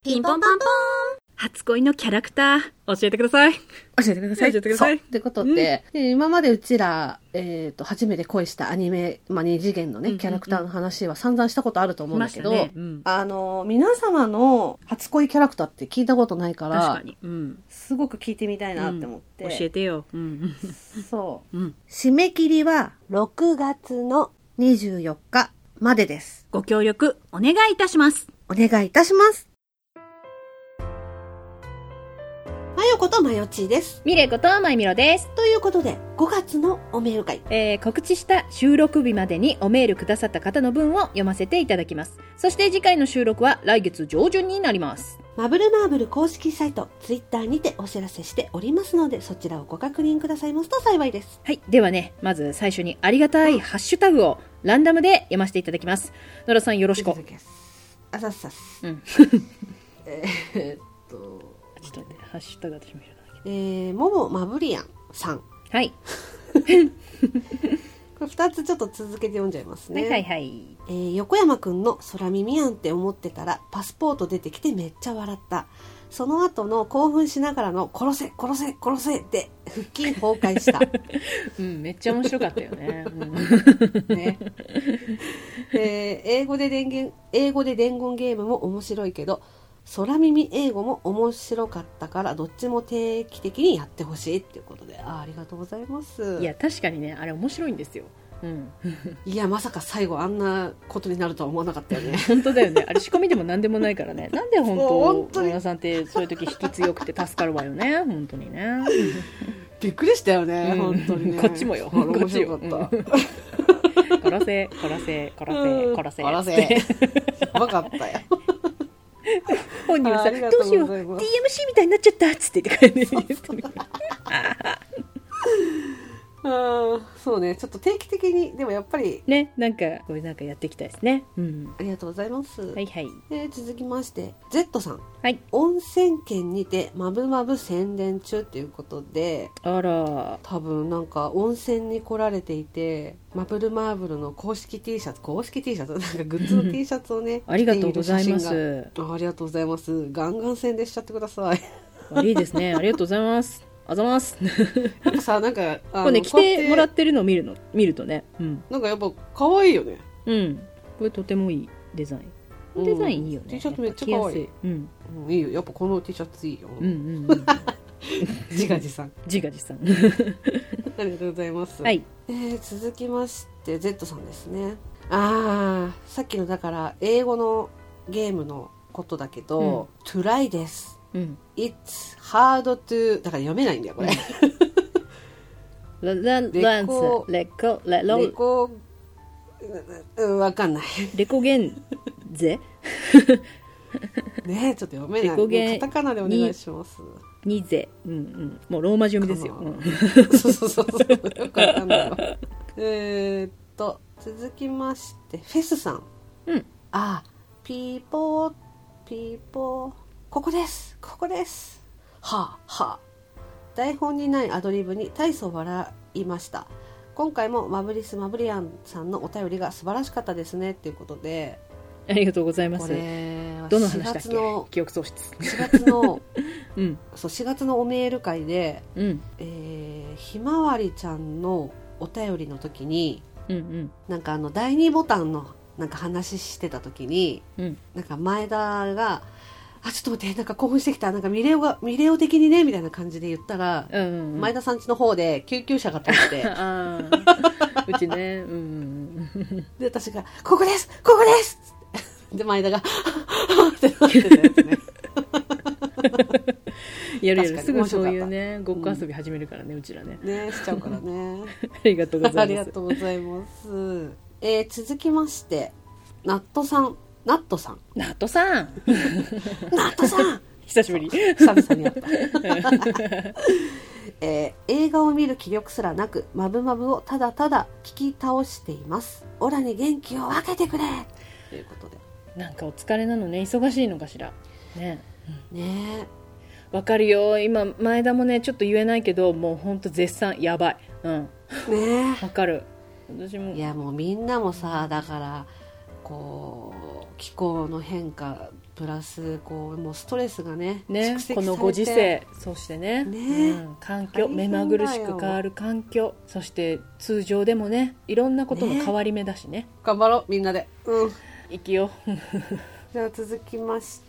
ピンポンパンポーン。初恋のキャラクター教えてください。 教えてください。そうってことで、今までうちら、初めて恋したアニメ、二次元のね、キャラクターの話は散々したことあると思うんだけど、ね、皆様の初恋キャラクターって聞いたことないから、 確かに、 すごく聞いてみたいなって思って。 教えてよ。 そう。締め切りは6月の24日までです。 ご協力お願いいたします。 お願いいたします。まよことまよちです。 みれことまいみろです。 ということで、5月のおメール会。 告知した収録日までにおメールくださった方の分を読ませていただきます。そして次回の収録は来月上旬になります。 マブルマーブル公式サイト、ツイッターにてお知らせしておりますので、そちらをご確認くださいますと幸いです。 はい。ではね、まず最初にありがたいハッシュタグをランダムで読ませていただきます。野田さんよろしく。 あざっさす。 ちょっと待って、ハッシュタグ私も知らないけど。 ももまぶりやんさん。 はい。 これ2つちょっと続けて読んじゃいますね。 はいはいはい。 横山くんの空耳やんって思ってたらパスポート出てきてめっちゃ笑った。その後の興奮しながらの殺せ殺せ殺せで腹筋崩壊した。 めっちゃ面白かったよね。 ね。英語で伝言ゲームも面白いけど、空耳英語も面白かったからどっちも定期的にやってほしいっていうことで、ありがとうございます。 いや確かにね、あれ面白いんですよ。 いやまさか最後あんなことになるとは思わなかったよね。 本当だよね。あれ仕込みでも何でもないからね。なんで本当皆さんってそういう時引き強くて助かるわよね。本当にね。 びっくりしたよね、本当にね。 こっちもよ。こっちよ。殺せ殺せ殺せ殺せ殺せ。やばかったよ。 本人はさ、どうしよう DMC みたいになっちゃったっつって言って言ってる。 そうね、ちょっと定期的にでもやっぱりね、なんかこれなんかやっていきたいですね。 ありがとうございます。 はいはい。 続きまして Z さん、 はい。 温泉県にてまぶまぶ宣伝中っていうことで、 あら、 多分なんか温泉に来られていて、マブルマーブルの公式 T シャツなんかグッズの T シャツをねありがとうございます。 ありがとうございます。ガンガン宣伝しちゃってください。 いいですね。ありがとうございます。あざます。 やっぱさ、なんかこれね、着てもらってるのを見るとね、 なんかやっぱ可愛いよね。 これとてもいいデザイン。デザインいいよね。 T シャツめっちゃ可愛い。いいよ。やっぱこの T シャツいいよ。自画自賛。 自画自賛。 ありがとうございます。 はい。 続きまして Z さんですね。さっきのだから英語のゲームのことだけど、try です。It's hard to だから読めないんだよこれ。レコわかんない。 レコゲンゼねえ、ちょっと読めない。カタカナでお願いします。 ニゼ、もうローマ字読みですよ。 そうよくわかんないわ。続きましてフェスさん。ピーポーここですはあ台本にないアドリブに大層笑いました。今回もマブリアンさんのお便りが素晴らしかったですねっていうことで、 ありがとうございます。どの話だっけ？記憶喪失。 4月の4月のおメール会で、ひまわりちゃんのお便りの時に、なんか第2ボタンのなんか話してた時に、なんか前田がちょっと待って、なんか興奮してきた、なんかミレオ的にねみたいな感じで言ったら、前田さん家の方で救急車が通ってうちね、 で私がここですで前田がってなってたやつね。 やるすぐそういうねごっこ遊び始めるからね、うちらねしちゃうからね。 ありがとうございます。 ありがとうございます。続きましてナットさん久しぶり。 久々にやった。映画を見る気力すらなくマブマブをただただ聞き倒しています。オラに元気を分けてくれということで、 なんかお疲れなのね、忙しいのかしらね。 わかるよ。今前田もねちょっと言えないけど、もうほんと絶賛やばい。わかる。私もいやもうみんなもさ、だからこう気候の変化プラスこうもうストレスがね蓄積されてこのご時世、そしてね、環境、目まぐるしく変わる環境、そして通常でもねいろんなことの変わり目だしね。 頑張ろうみんなで、 生きよう。 じゃあ続きまして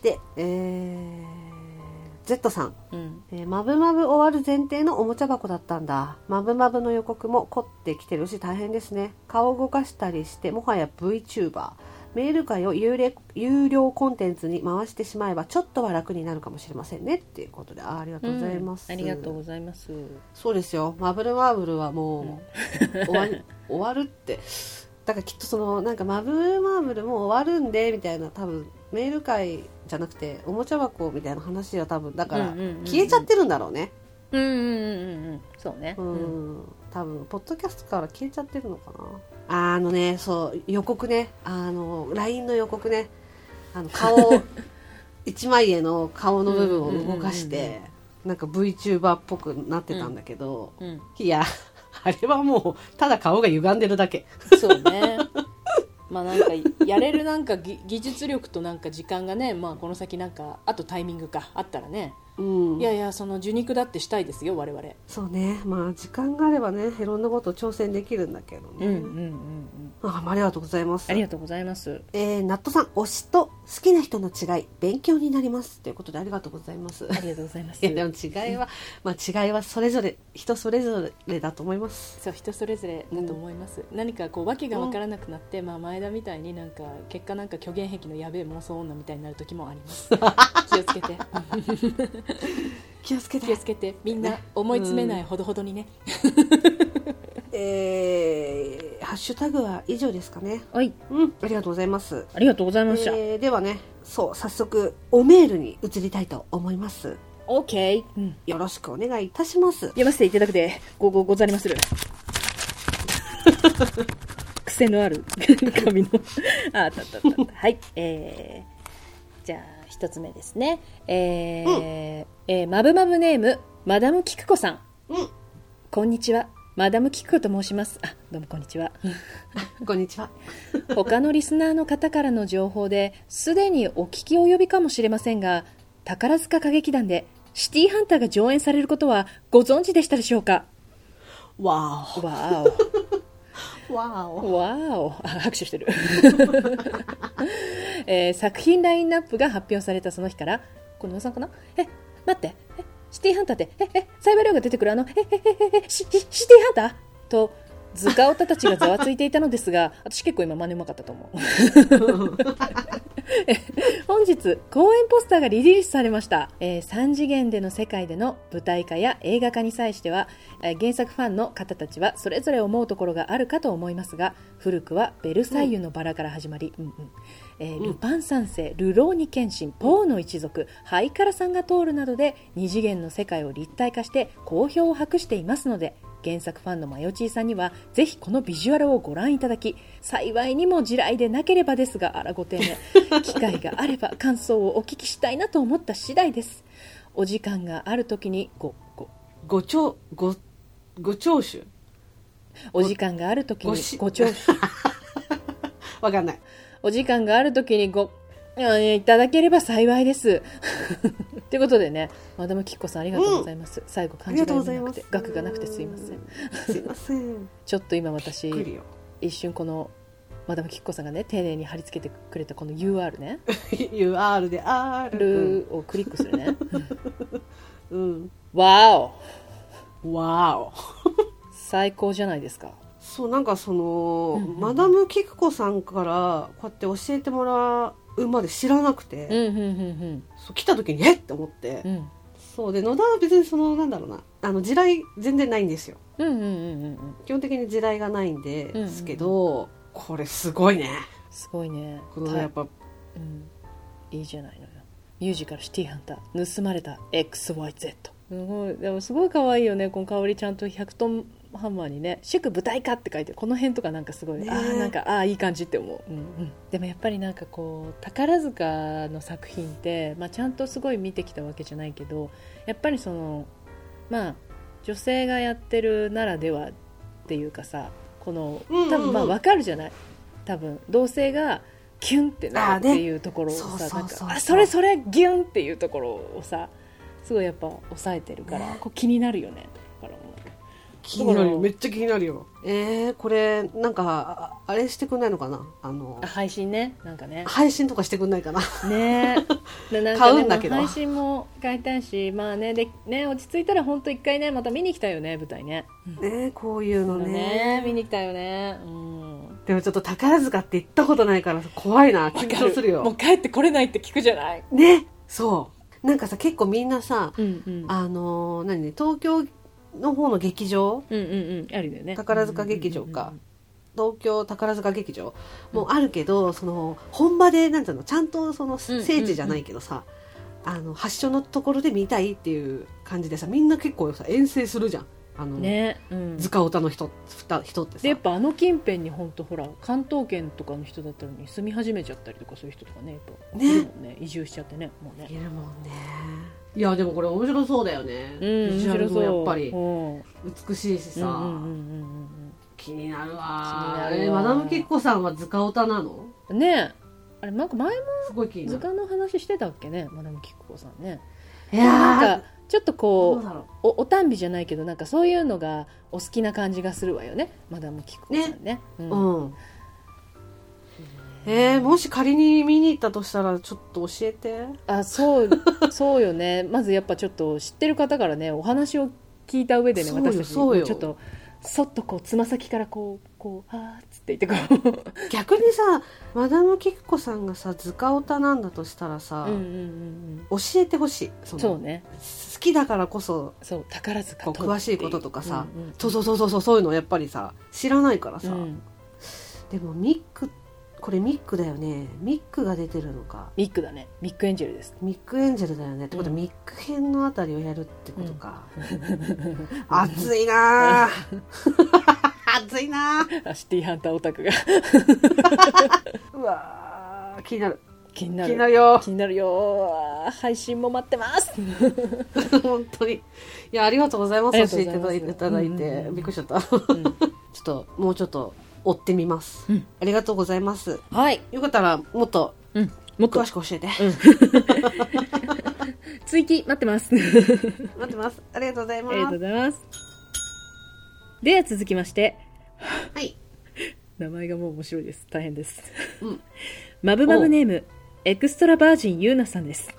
、Z さん、マブマブ終わる前提のおもちゃ箱だったんだ。マブマブの予告も凝ってきてるし大変ですね。顔を動かしたりしてもはや VTuber、メール会を有料コンテンツに回してしまえばちょっとは楽になるかもしれませんねっていうことで、ありがとうございます、 ありがとうございます。 そうですよ、マブルマーブルはもう、終わるってだからきっとそのなんかマブルマーブルもう終わるんでみたいな、多分メール会じゃなくておもちゃ箱みたいな話は多分だから消えちゃってるんだろうね。 そうね。 多分ポッドキャストから消えちゃってるのかな。そう予告ね、LINE の予告ね、顔一枚絵の顔の部分を動かしてなんか VTuber っぽくなってたんだけど、いやあれはもうただ顔が歪んでるだけ。 そうね。まあなんかやれるなんか技術力となんか時間がね、まあこの先なんかあとタイミングかあったらね、いやいやその受肉だってしたいですよ我々。 そうね、まあ時間があればねいろんなこと挑戦できるんだけどね。ありがとうございます。 ありがとうございます。 ナットさん、推しと好きな人の違い勉強になりますということでありがとうございます。 ありがとうございます。 いやでも違いは、違いはそれぞれ人それぞれだと思います。 そう、人それぞれだと思います。何かこう訳が分からなくなって、前田みたいになんか結果なんか虚言癖のやべえ妄想女みたいになる時もあります。気をつけて。 気をつけてみんな思い詰めないほどほどにね。 ハッシュタグは以上ですかね。 はい、 ありがとうございます。 ありがとうございました。 ではね、早速おメールに移りたいと思います。 OK、 よろしくお願いいたします。 読ませていただくでござりまする。癖のある紙のあったはい、じゃあ一つ目ですね。マブマブネームマダムキクコさん、こんにちは、マダムキクコと申します。どうもこんにちは。 こんにちは。 他のリスナーの方からの情報ですでにお聞き及びかもしれませんが、宝塚歌劇団でシティハンターが上演されることはご存知でしたでしょうか。 わーおわーお拍手してる。作品ラインナップが発表されたその日から、このおさんかな、待って、シティハンターってサイバー量が出てくるシティハンターと図鑑オタたちがざわついていたのですが、私結構今真似うまかったと思う。本日公演ポスターがリリースされました。3次元での世界での舞台化や映画化に際しては、原作ファンの方たちはそれぞれ思うところがあるかと思いますが、古くはベルサイユのバラから始まり、ルパン三世、ルローニケンシン、ポーの一族、ハイカラさんが通るなどで2次元の世界を立体化して好評を博していますので、原作ファンのマヨチーさんにはぜひこのビジュアルをご覧いただき、幸いにも地雷でなければですが、ご丁寧、機会があれば感想をお聞きしたいなと思った次第です。お時間があるときにご聴取、 お時間があるときにご聴取わかんない。 お時間があるときにいただければ幸いです。ということでね、マダムキッコさんありがとうございます。最後漢字が読めなくて額がなくてすいません。 すいません。 ちょっと今私一瞬このマダムキッコさんがね丁寧に貼り付けてくれたこの UR ね UR で R をクリックするね。わお最高じゃないですか。 そう、なんかその、マダムキクコさんからこうやって教えてもらうまで知らなくて、そう来た時にって思って、そうで、野田は別にそのなんだろうな、地雷全然ないんですよ。基本的に地雷がないんですけど、これすごいね。 すごいね。 このやっぱ、 いいじゃないのよ。ミュージカルシティハンター盗まれた XYZ。でもすごい可愛いよね。この香りちゃんと100トンハンマーにね、祝舞台化って書いてるこの辺とかなんかすごい、なんかいい感じって思う。でもやっぱりなんかこう宝塚の作品って、ちゃんとすごい見てきたわけじゃないけど、やっぱりその女性がやってるならではっていうかさ、この多分分かるじゃない。多分同性がキュンってなるっていうところをさ、なんかそれギュンっていうところをさすごいやっぱ抑えてるから、こう気になるよね。だから気になるよ、めっちゃ気になるよ。これなんかあれしてくんないのかな、 配信ね、なんかね配信とかしてくんないかなねなんかね、 買うんだけど、 配信も買いたいし、まあね、でね落ち着いたら本当一回ねまた見に行きたいよね、舞台ね。 こういうのね見に行きたいよね。 でもちょっと宝塚って行ったことないから怖いな、緊張するよ。 もう帰ってこれないって聞くじゃないね。そうなんかさ、結構みんなさ、何、東京の方の劇場、 あるよね、 宝塚劇場か、東京宝塚劇場もあるけど、その本場でなんていうの、ちゃんとその聖地じゃないけどさ、発祥のところで見たいっていう感じでさ、みんな結構さ遠征するじゃん。塚オタの人ってさ、 でやっぱ近辺に本当ほら関東圏とかの人だったのに住み始めちゃったりとか、そういう人とかね、やっぱいるもんね、移住しちゃってね、もうねいるもんね。いやでもこれ面白そうだよね。ビジュアルもやっぱり美しいしさ、気になるわ。マダムキッコさんは塚オタなのね。あれなんか前もすごい気になる。 塚の話してたっけね、マダムキッコさんね。 いやなんかちょっとこうおたんびじゃないけど、なんかそういうのがお好きな感じがするわよね、マダムキッコさんね。 もし仮に見に行ったとしたらちょっと教えて。 そうよね。まずやっぱちょっと知ってる方からねお話を聞いた上でね、私たちにちょっとそっとこうつま先からこうあーっつって言ってこう逆にさ、マダムキッコさんがさ塚オタなんだとしたらさ、教えてほしい。 そうね、 好きだからこそ、 そう宝塚と詳しいこととかさ、そういうのやっぱりさ知らないからさ、でもこれミックだよね。ミックが出てるのか。 ミックだね。ミックエンジェルです。 ミックエンジェルだよね。ってことはミック編のあたりをやるってことか。熱いな熱いなシティハンターオタクがうわ気になる。 気になるよ。配信も待ってます本当に。いや、ありがとうございます。教えていただいて、びっくりしちゃった。ちょっともうちょっと追ってみます、ありがとうございます。 はい、 よかったらもっと詳しく教えて、 追記待ってます待ってます。ありがとうございます。 ありがとうございます。では続きまして、 はい、 名前がもう面白いです。大変です、マブマブネームエクストラバージンユーナさんです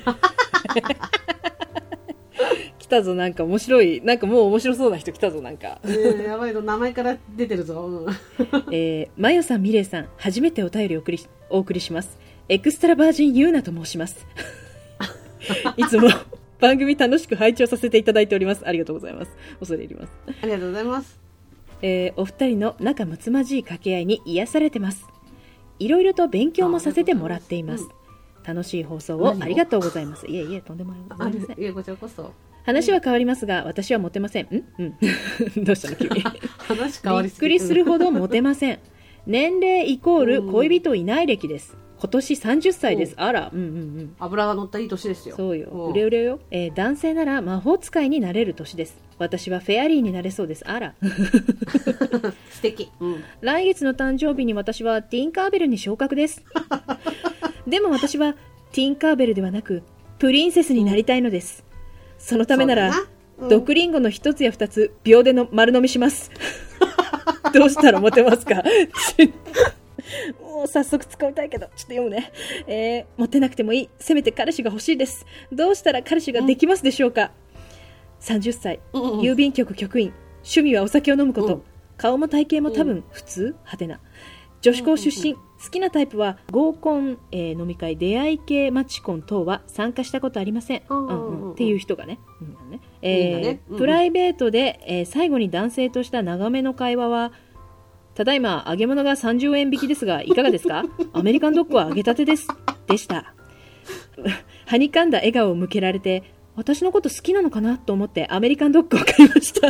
来たぞ、なんか面白い、なんかもう面白そうな人来たぞ、なんかやばいの、名前から出てるぞマヨさん、ミレイさん、初めてお便りをお送りします。エクストラバージンユーナと申しますいつも番組楽しく拝聴させていただいております。ありがとうございます。恐れ入ります。 ありがとうございます。 お二人の仲睦まじい掛け合いに癒されてます。いろいろと勉強もさせてもらっています。楽しい放送をありがとうございます。いえとんでもありません。 いえ、こちらこそ。 話は変わりますが、私はモテません。どうしたの君話変わりすぎ。 びっくりするほどモテません。年齢イコール恋人いない歴です。今年30歳です。あら、 油が乗ったいい年ですよ。 そうよ、うれうれよ。男性なら魔法使いになれる年です。私はフェアリーになれそうです。あら素敵、 来月の誕生日に私はティンカーベルに昇格ですでも私はティンカーベルではなくプリンセスになりたいのです。そのためなら毒リンゴの一つや二つ秒での丸飲みしますどうしたらモテますかもう早速使いたいけどちょっと読むね。モテなくてもいい。せめて彼氏が欲しいです。どうしたら彼氏ができますでしょうか。30歳、郵便局局員、趣味はお酒を飲むこと、顔も体型も多分普通、派手な女子校出身、好きなタイプは合コン、飲み会、出会い系マチコン等は参加したことありません、っていう人がね、プライベートで、最後に男性とした長めの会話は、ただいま揚げ物が30円引きですがいかがですかアメリカンドッグは揚げたてですでしたはにかんだ笑顔を向けられて、私のこと好きなのかなと思ってアメリカンドッグを買いました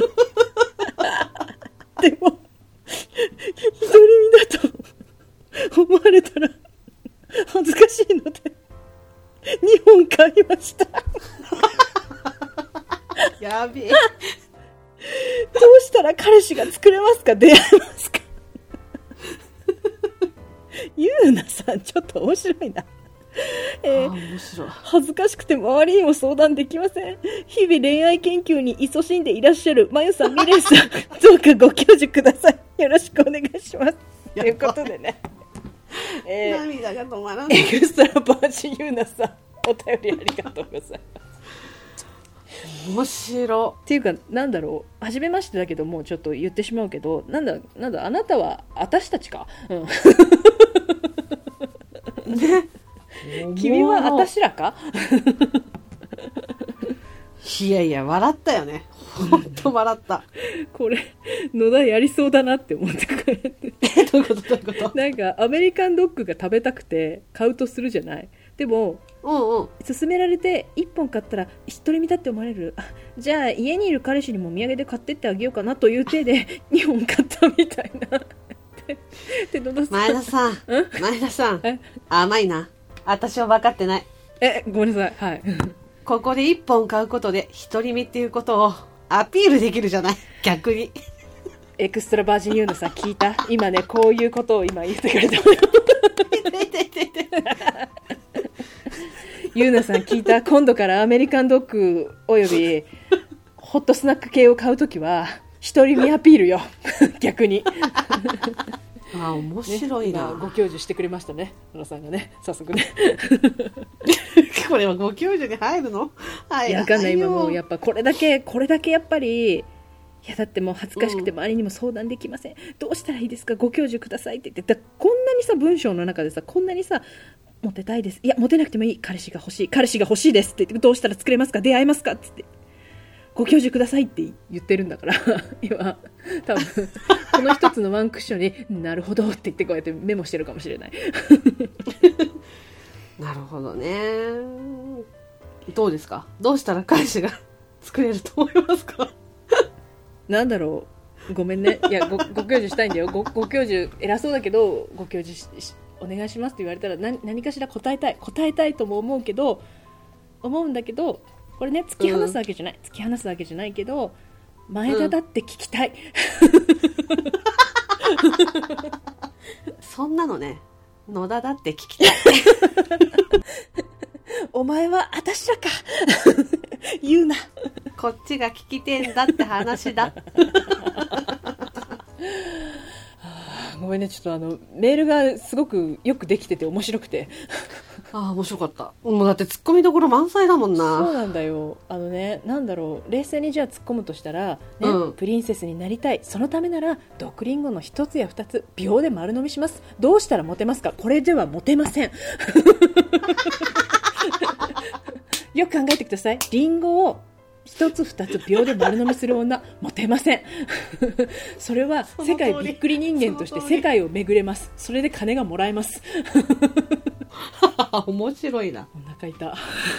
でも独り身だと思われたら恥ずかしいので2本買いましたやべえどうしたら彼氏が作れますか、出会えますかユーナさん、ちぱ面白いな。 面白い。 恥ずかしくて周りにも相談できません。日々恋愛研究に勤しんでいらっしゃるまゆさん、みれいさん、どうかご教授ください。よろしくお願いします。ということでね、 涙が止まらない。 エクストラバージンユーナさん、お便りありがとうございます。 面白っていうか、なんだろう、初めましてだけどもうちょっと言ってしまうけど、なんだあなたは私たちか、 ね、 君は私らか。 いやいや、笑ったよね。ほんと笑った。 これ野田やりそうだなって思ってくれて。 どういうことなんかアメリカンドッグが食べたくて買うとするじゃない。でも、勧められて1本買ったら一人身だって思われる。じゃあ家にいる彼氏にも土産で買ってってあげようかなという体で2本買ったみたいな。で野田さん、 前田さん甘いな。私は分かってない。 ごめんなさい。はい。 ここで1本買うことで一人身っていうことをアピールできるじゃない。逆にエクストラバージンユーナさん聞いた？今ね、こういうことを今言ってくれたのよ。ユーナさん聞いた？今度からアメリカンドッグおよびホットスナック系を買うときは一人身アピールよ。逆に。 面白いな、 ね、ご教授してくれましたね、野田さんがね、早速ね。 これはご教授に入るの？ いや、わかんない。今もうやっぱこれだけやっぱり、いやだってもう恥ずかしくて周りにも相談できません、どうしたらいいですか、ご教授くださいって言って、こんなにさ、文章の中でさ、こんなにさ、モテたいです、いやモテなくてもいい、彼氏が欲しいですって言って、どうしたら作れますか、出会えますかって言って、ご教授くださいって言ってるんだから。今多分この一つのワンクッションになるほどって言ってこうやってメモしてるかもしれない。 なるほどね。どうですか、どうしたら彼氏が作れると思いますか？ なんだろう、ごめんね。いや、ご教授したいんだよ。ご教授偉そうだけど、ご教授お願いしますって言われたら、何かしら答えたいとも思うんだけど、これね、突き放すわけじゃないけど、前田だって聞きたい。 そんなのね、野田だって聞きたい。 お前は私らか。言うな。 こっちが聞きてんだって話だ。 ごめんね、ちょっとメールがすごくよくできてて面白くて。 面白かった。もうだってツッコミどころ満載だもんな。 そうなんだよ。なんだろう、冷静にじゃあ突っ込むとしたら、ね、プリンセスになりたい、そのためなら毒リンゴの一つや二つ秒で丸飲みします。どうしたらモテますか？これではモテません。よく考えてください。リンゴを一つ二つ秒で丸飲みする女、モテません。それは世界びっくり人間として世界を巡れます。それで金がもらえます。 面白いな。 お腹痛。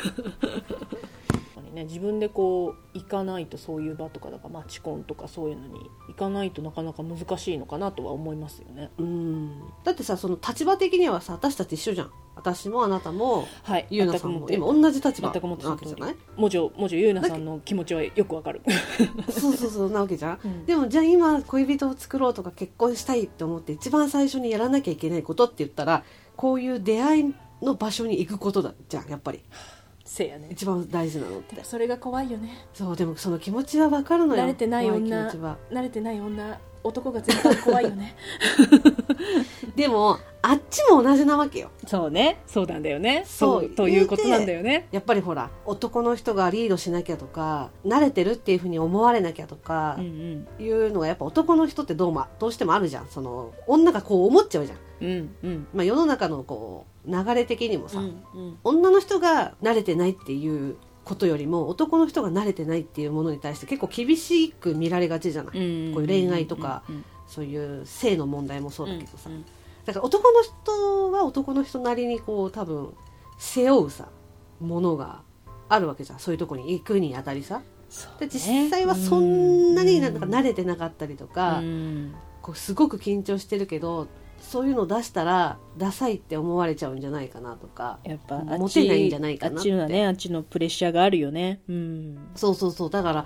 ね、自分でこう行かないと、そういう場とかだからマチコンとかそういうのに行かないとなかなか難しいのかなとは思いますよね。 だってさ、その立場的にはさ、私たち一緒じゃん。私もあなたも、 はい、 ゆうなさんも今同じ立場なわけじゃない？ もちろんゆうなさんの気持ちはよくわかる。 そうなわけじゃん、でもじゃあ今恋人を作ろうとか結婚したいって思って一番最初にやらなきゃいけないことって言ったら、こういう出会いの場所に行くことだじゃん、やっぱり。 せやね、 一番大事なのって。 それが怖いよね。 そう、でもその気持ちは分かるのよ。 慣れてない女、男が全般怖いよね。 でもあっちも同じなわけよ。 そうね、そうなんだよね。そうということなんだよね。 やっぱりほら、男の人がリードしなきゃとか、慣れてるっていう風に思われなきゃとか、いうのがやっぱ男の人ってどうしてもあるじゃん。その女がこう思っちゃうじゃん。世の中のこう流れ的にもさ、女の人が慣れてないっていうことよりも男の人が慣れてないっていうものに対して結構厳しく見られがちじゃない。こういう恋愛とか、そういう性の問題もそうだけどさ、だから男の人は男の人なりにこう多分背負うさものがあるわけじゃん。そういうとこに行くにあたりさ、で実際はそんなになんか慣れてなかったりとか、こうすごく緊張してるけど、そういうの出したらダサいって思われちゃうんじゃないかなとか、 やっぱモテないんじゃないかなって、 あっちのプレッシャーがあるよね。 そうだから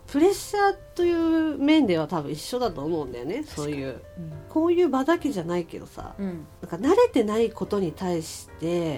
プレッシャーという面では多分一緒だと思うんだよね。そういう、こういう場だけじゃないけどさ、なんか慣れてないことに対して、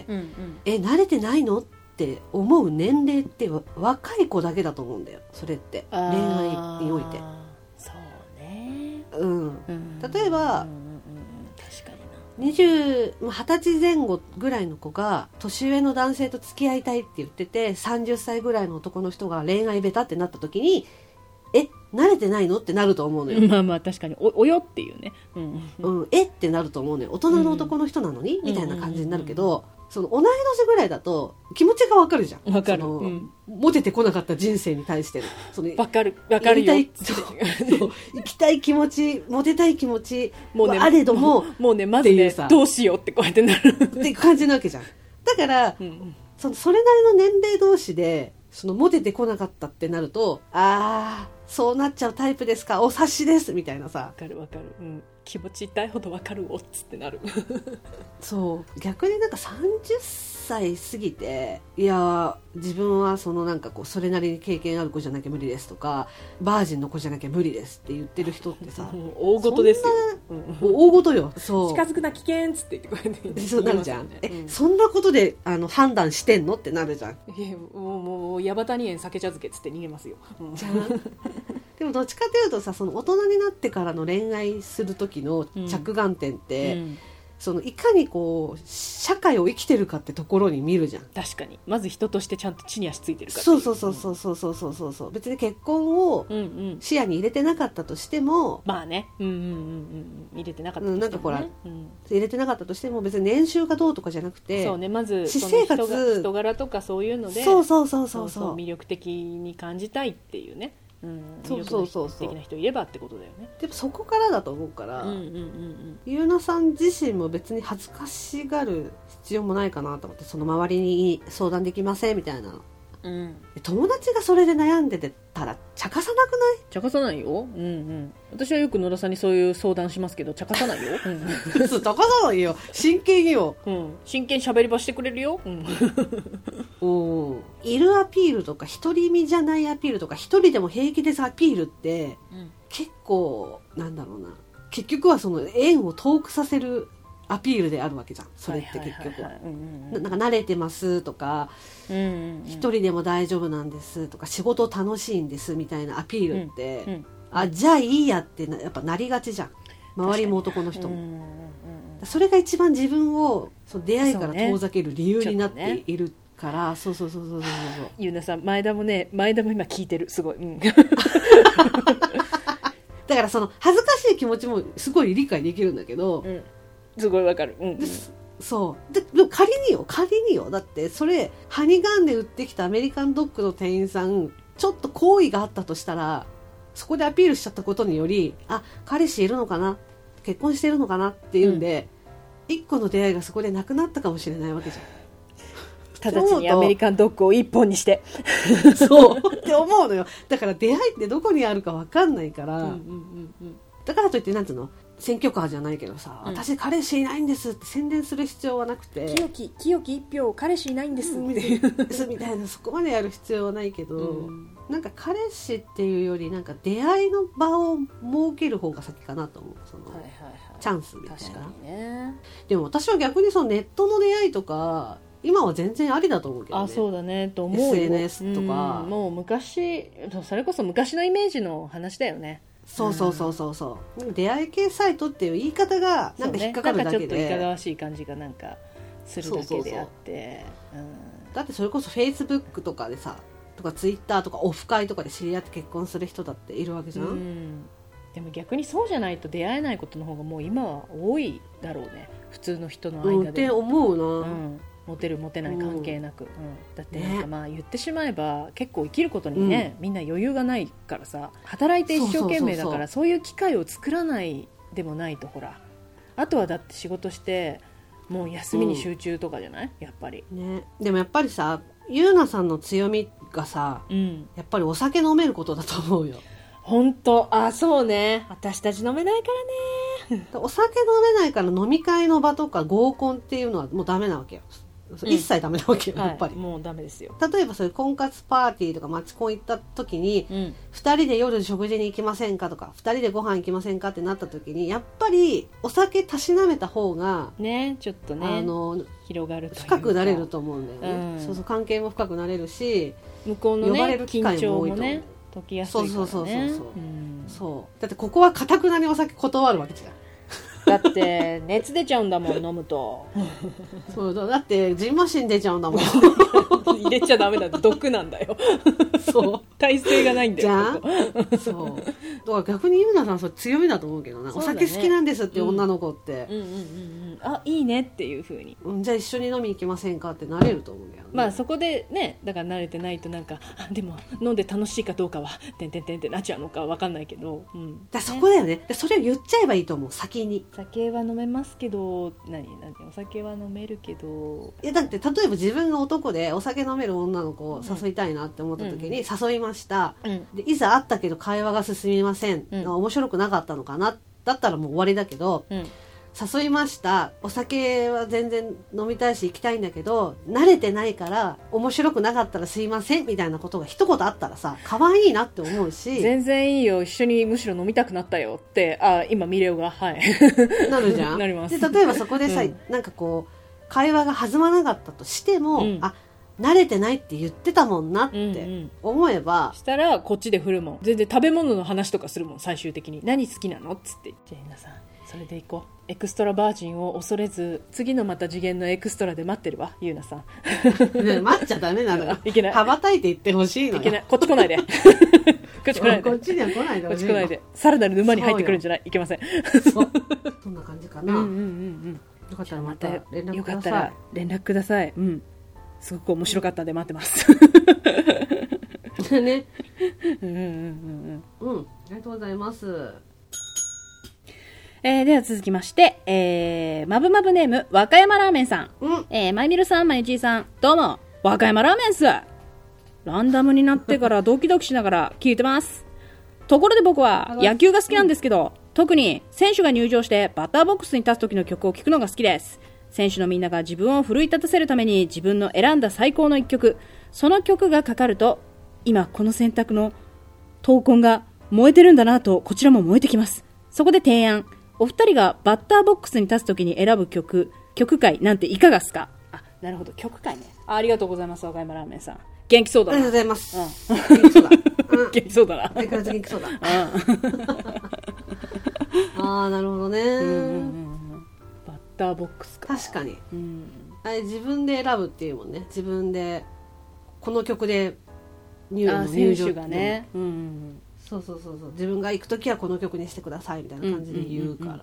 慣れてないのって思う年齢って若い子だけだと思うんだよ。それって恋愛において。 そうね、 例えば、20歳前後ぐらいの子が年上の男性と付き合いたいって言ってて、30歳ぐらいの男の人が恋愛ベタってなった時に、慣れてないのってなると思うのよ。 まあまあ確かに およっていうね、 ってなると思うのよ。大人の男の人なのに、みたいな感じになるけど、その同い年ぐらいだと気持ちがわかるじゃん。 わかる。 モテてこなかった人生に対してのわかるよ。 行きたい気持ち、モテたい気持ちはあれども、 もうね、まずね、どうしようってこうやってなるって感じなわけじゃん。だから、それなりの年齢同士でモテてこなかったってなると、そうなっちゃうタイプですか、お察しですみたいなさ。 わかる、気持ち痛いほどわかるおっつってなるそう逆になんか30歳過ぎて、いや自分はなんかそれなりに経験ある子じゃなきゃ無理ですとか、バージンの子じゃなきゃ無理ですって言ってる人ってさ大事ですよ。 大事よ。そう近づくな危険っつって言ってこうやってそうなるじゃん。そんなことで判断してんのってなるじゃん。 もう矢端に酒茶漬けっつって逃げますよ、 じゃんでもどっちかというとさ、大人になってからの恋愛する時の着眼点って、いかに社会を生きてるかってところに見るじゃん。 確かに。まず人としてちゃんと地に足ついてるか。 そう。別に結婚を視野に入れてなかったとしても、 まあね、入れてなかったとしても、ね、 なんかほら、入れてなかったとしても別に年収がどうとかじゃなくて、 そうね、まず私生活、 人柄とかそういうので、 そう魅力的に感じたいっていうね。魅力的な人いればってことだよね。 でもそこからだと思うから、ゆうなさん自身も別に恥ずかしがる必要もないかなと思って、周りに相談できませんみたいな、友達がそれで悩んでたら茶化さなくない？ 茶化さないよ。私はよく野田さんにそういう相談しますけど、茶化さないよ。 茶化さないよ。真剣よ。 真剣喋り場してくれるよ。 いるアピールとか独り身じゃないアピールとか一人でも平気ですアピールって、結構なんだろうな、結局は縁を遠くさせるアピールであるわけじゃん。それって結局はなんか慣れてますとか、一人でも大丈夫なんですとか、仕事楽しいんですみたいなアピールって、じゃあいいやってやっぱなりがちじゃん。周りも男の人も。それが一番自分を出会いから遠ざける理由になっているから、そう。 ゆうなさん、前田も今聞いてる、すごい。 だから恥ずかしい気持ちもすごい理解できるんだけど、 すごいわかる。 そうでも仮によ、だってそれハニガンで売ってきたアメリカンドッグの店員さん、ちょっと好意があったとしたら、そこでアピールしちゃったことにより、彼氏いるのかな、結婚してるのかなっていうんで、一個の出会いがそこでなくなったかもしれないわけじゃん。 直ちにアメリカンドッグを一本にしてそうって思うのよ。だから出会いってどこにあるか分かんないから、だからといってなんていうの、選挙カーじゃないけどさ、私彼氏いないんですって宣伝する必要はなくて、 清き一票彼氏いないんですみたいな、そこまでやる必要はないけど、なんか彼氏っていうよりなんか出会いの場を設ける方が先かなと思う。チャンスみたいな。 確かにね。でも私は逆にネットの出会いとか今は全然ありだと思うけどね。 そうだねと思うよ。 SNS とか、 もう昔、それこそ昔のイメージの話だよね。 そう、出会い系サイトっていう言い方がなんか引っかかるだけで、 なんかちょっといかがわしい感じがなんかするだけであって、 だってそれこそ Facebook とかでさ、とか Twitter とかオフ会とかで知り合って結婚する人だっているわけじゃん。 でも逆にそうじゃないと出会えないことの方がもう今は多いだろうね、普通の人の間で。 って思うな。 モテるモテない関係なく、だってなんかまあ言ってしまえば結構生きることにね、みんな余裕がないからさ、働いて一生懸命だから、そういう機会を作らないでもないと、ほらあとはだって仕事してもう休みに集中とかじゃない、やっぱりね。でもやっぱりさ、ゆうなさんの強みがさ、やっぱりお酒飲めることだと思うよ。 本当、そうね、私たち飲めないからね。 お酒飲めないから飲み会の場とか合コンっていうのはもうダメなわけよ。 一切ダメなわけよ、やっぱり、 もうダメですよ。 例えばそういう婚活パーティーとかマチコン行った時に、2人で夜食事に行きませんかとか2人でご飯行きませんかってなった時にやっぱりお酒たしなめた方がね、ちょっとね広がるというか深くなれると思うんだよね、そうそう、関係も深くなれるし向こうのね呼ばれる機会も多いと思う、 ね、解きやすいからね。 そうだってここは固くなにお酒断るわけじゃん。 だって熱出ちゃうんだもん飲むとそうだってジンマシン出ちゃうんだもん入れちゃダメだって毒なんだよそう耐性がないんだよ。じゃんそうだから逆にゆうなさんそれ強みだと思うけどな、ね、お酒好きなんですっていう女の子って、 あいいねっていう風に、 じゃあ一緒に飲み行きませんかってなれると思うんだよね。 まあそこでねだから慣れてないとなんかでも飲んで楽しいかどうかはてんてんてんってなっちゃうのかわかんないけど、 だそこだよね。それを言っちゃえばいいと思う。先に酒は飲めますけど何お酒は飲めるけど、 いやだって例えば自分が男でお酒飲める女の子を誘いたいなって思った時に誘いました、でいざ会ったけど会話が進みません、面白くなかったのかな、だったらもう終わりだけど、誘いました、お酒は全然飲みたいし行きたいんだけど慣れてないから面白くなかったらすいませんみたいなことが一言あったらさ可愛いなって思うし、 全然いいよ一緒にむしろ飲みたくなったよって今ミレオがなるじゃん。 なります。 で例えばそこでさ、なんかこう会話が弾まなかったとしても、慣れてないって言ってたもんなって思えば、 したらこっちで振るもん。全然食べ物の話とかするもん。最終的に何好きなのっつって。じゃあ皆さんそれでいこう。エクストラバージンを恐れず次のまた次元のエクストラで待ってるわゆうなさん待っちゃダメなのよいけない、 羽ばたいていってほしいのよ。 いけない、こっち来ないでこっち来ないで、 こっちには来ないでほしいの。 こっち来ないで、さらなる沼に入ってくるんじゃない、いけませんそんな感じかな。よかったらまた連絡ください。 よかったら連絡ください。すごく面白かったんで待ってますね。ありがとうございます。 では続きまして、マブマブネーム和歌山ラーメンさん、まゆみるさん、まゆちーさん、どうも和歌山ラーメンっす。ランダムになってからドキドキしながら聞いてます。ところで僕は野球が好きなんですけど、特に選手が入場してバッターボックスに立つ時の曲を聴くのが好きです。選手のみんなが自分を奮い立たせるために自分の選んだ最高の一曲、その曲がかかると今この選択の闘魂が燃えてるんだなとこちらも燃えてきます。そこで提案、お二人がバッターボックスに立つときに選ぶ曲会なんていかがですか？なるほど、曲会ね。ありがとうございます、和歌山ラーメンさん。元気そうだな。 ありがとうございます。元気そうだ。 元気そうだな。 相変わらず元気そうだ。なるほどね。 バッターボックスか。 確かに。あれ自分で選ぶっていうもんね。自分でこの曲で入場選手がね。 そう自分が行くときはこの曲にしてくださいみたいな感じで言うから、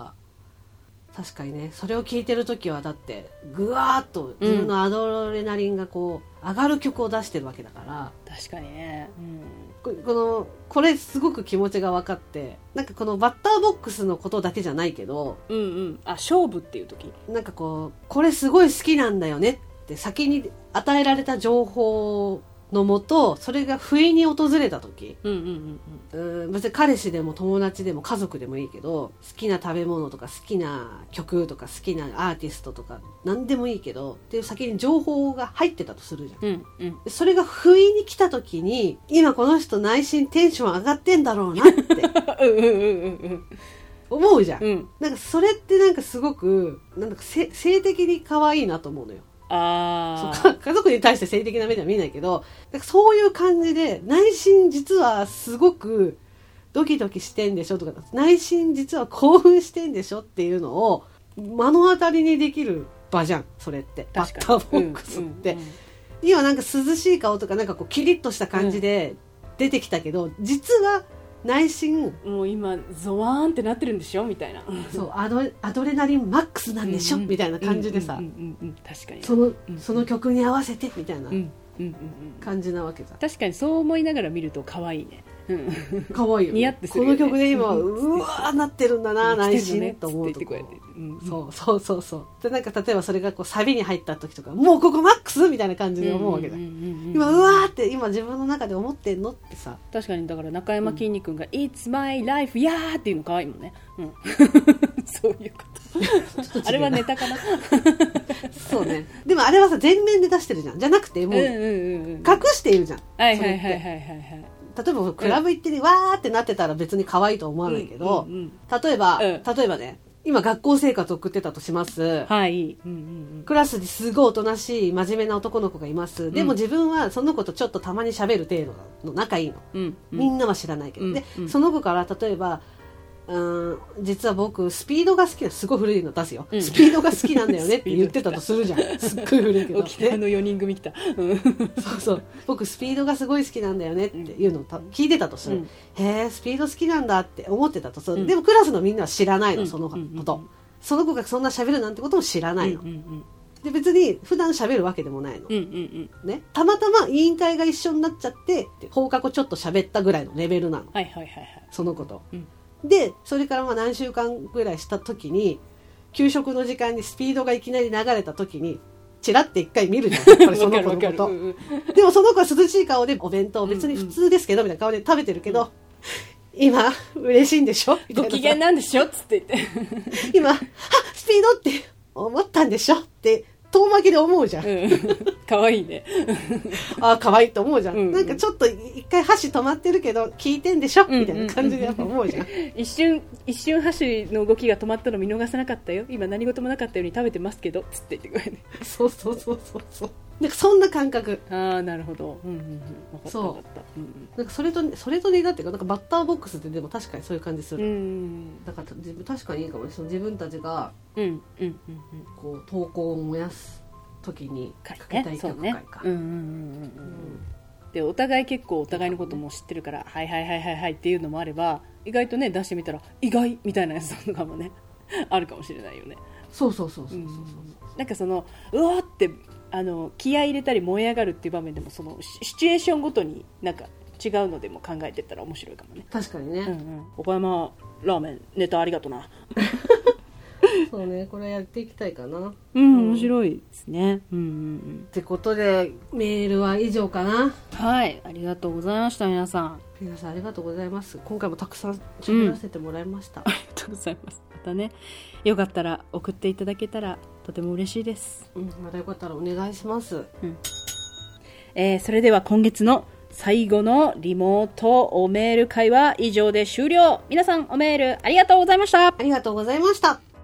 確かにね、それを聴いてるときはだってぐわーっと自分のアドレナリンがこう上がる曲を出してるわけだから、 確かにね、 これすごく気持ちが分かって、なんかこのバッターボックスのことだけじゃないけど、 勝負っていう時なんかこれすごい好きなんだよねって先に与えられた情報のもと、それが不意に訪れた時、別に彼氏でも友達でも家族でもいいけど、好きな食べ物とか好きな曲とか好きなアーティストとか何でもいいけどっていう先に情報が入ってたとするじゃん、それが不意に来た時に今この人内心テンション上がってんだろうなって思うじゃん、なんかそれってなんかすごくなんか性的に可愛いなと思うのよ。家族に対して性的な目では見ないけど、なんかそういう感じで内心実はすごくドキドキしてんでしょとか、内心実は興奮してんでしょっていうのを目の当たりにできる場じゃん、それってバッターボックスって、今なんか涼しい顔とかなんかこうキリッとした感じで出てきたけど、実は内心もう今ゾワーンってなってるんでしょみたいな、 そうアドレナリンマックスなんでしょ、みたいな感じでさ、 確かにその曲に合わせてみたいな感じなわけさ。 確かにそう思いながら見ると可愛いね。 可愛いよ、ね、 似合ってするよね。 この曲で今、うわーなってるんだな、内心と思うとこ、そうでなんか例えばそれがこうサビに入った時とか、もうここマックスみたいな感じで思うわけだ。今うわーって今自分の中で思ってんのってさ。 確かにだから中山きんに君が、It's my life やーっていうの可愛いもんね。 そういうことあれはネタかなそうね。でもあれはさ全面で出してるじゃん。じゃなくてもう隠しているじゃん。 はいはいはいはいはい。 例えばクラブ行ってね、わーってなってたら別に可愛いと思わないけど、例えばね、今学校生活を送ってたとします。はい。クラスですごいおとなしい真面目な男の子がいます。でも自分はその子とちょっとたまに喋る程度の仲いいの。みんなは知らないけど。で、その子から例えば、実は僕スピードが好きな、すごい古いの出すよ、スピードが好きなんだよねって言ってたとするじゃん。すっごい古いけど沖縄の4人組来たそうそう、僕スピードがすごい好きなんだよねっていうのを聞いてたとする、へえスピード好きなんだって思ってたとする、でもクラスのみんなは知らないの、そのこと、その子がそんな喋るなんてことも知らないの、で別に普段喋るわけでもないの、ね、たまたま委員会が一緒になっちゃって放課後ちょっと喋ったぐらいのレベルなの、その子と、でそれからまあ何週間ぐらいした時に給食の時間にスピードがいきなり流れた時にチラって一回見るじゃん、やっぱりその子のことでもその子は涼しい顔でお弁当別に普通ですけどみたいな顔で食べてるけど、今嬉しいんでしょみたいな、 ご機嫌なんでしょっつって言って今スピードって思ったんでしょって遠巻きで思うじゃん、 かわいいねあ可愛いと思うじゃん、なんかちょっと一回箸止まってるけど聞いてんでしょみたいな感じでやっぱ思うじゃん、 一瞬箸の動きが止まったの見逃せなかったよ、今何事もなかったように食べてますけどつって言ってくれるねそうなんかそんな感覚。 ああなるほど、分かった分かった、 なんかそれと似だっていうか、なんかバッターボックスってでも確かにそういう感じする、だから確かにいいかもしれない、自分たちがこう投稿を燃やす時にかけたい曲会か、でお互い結構お互いのことも知ってるから、はいはいはいはいはいっていうのもあれば、意外とね出してみたら意外みたいなやつとかもねあるかもしれないよね。 そうなんかそのうわーって気合い入れたり燃え上がるっていう場面でも、そのシチュエーションごとになんか違うのでも考えてったら面白いかもね。 確かにね、 岡山ラーメンネタありがとなそうね、これやっていきたいかな。 面白いですね。 ってことでメールは以上かな。 はい、ありがとうございました。皆さんありがとうございます。今回もたくさん喋らせてもらいました、 ありがとうございます。またね、よかったら送っていただけたらとても嬉しいです。 またよかったらお願いします。 それでは今月の最後のリモートおメール会は以上で終了。皆さんおメールありがとうございました。 ありがとうございました。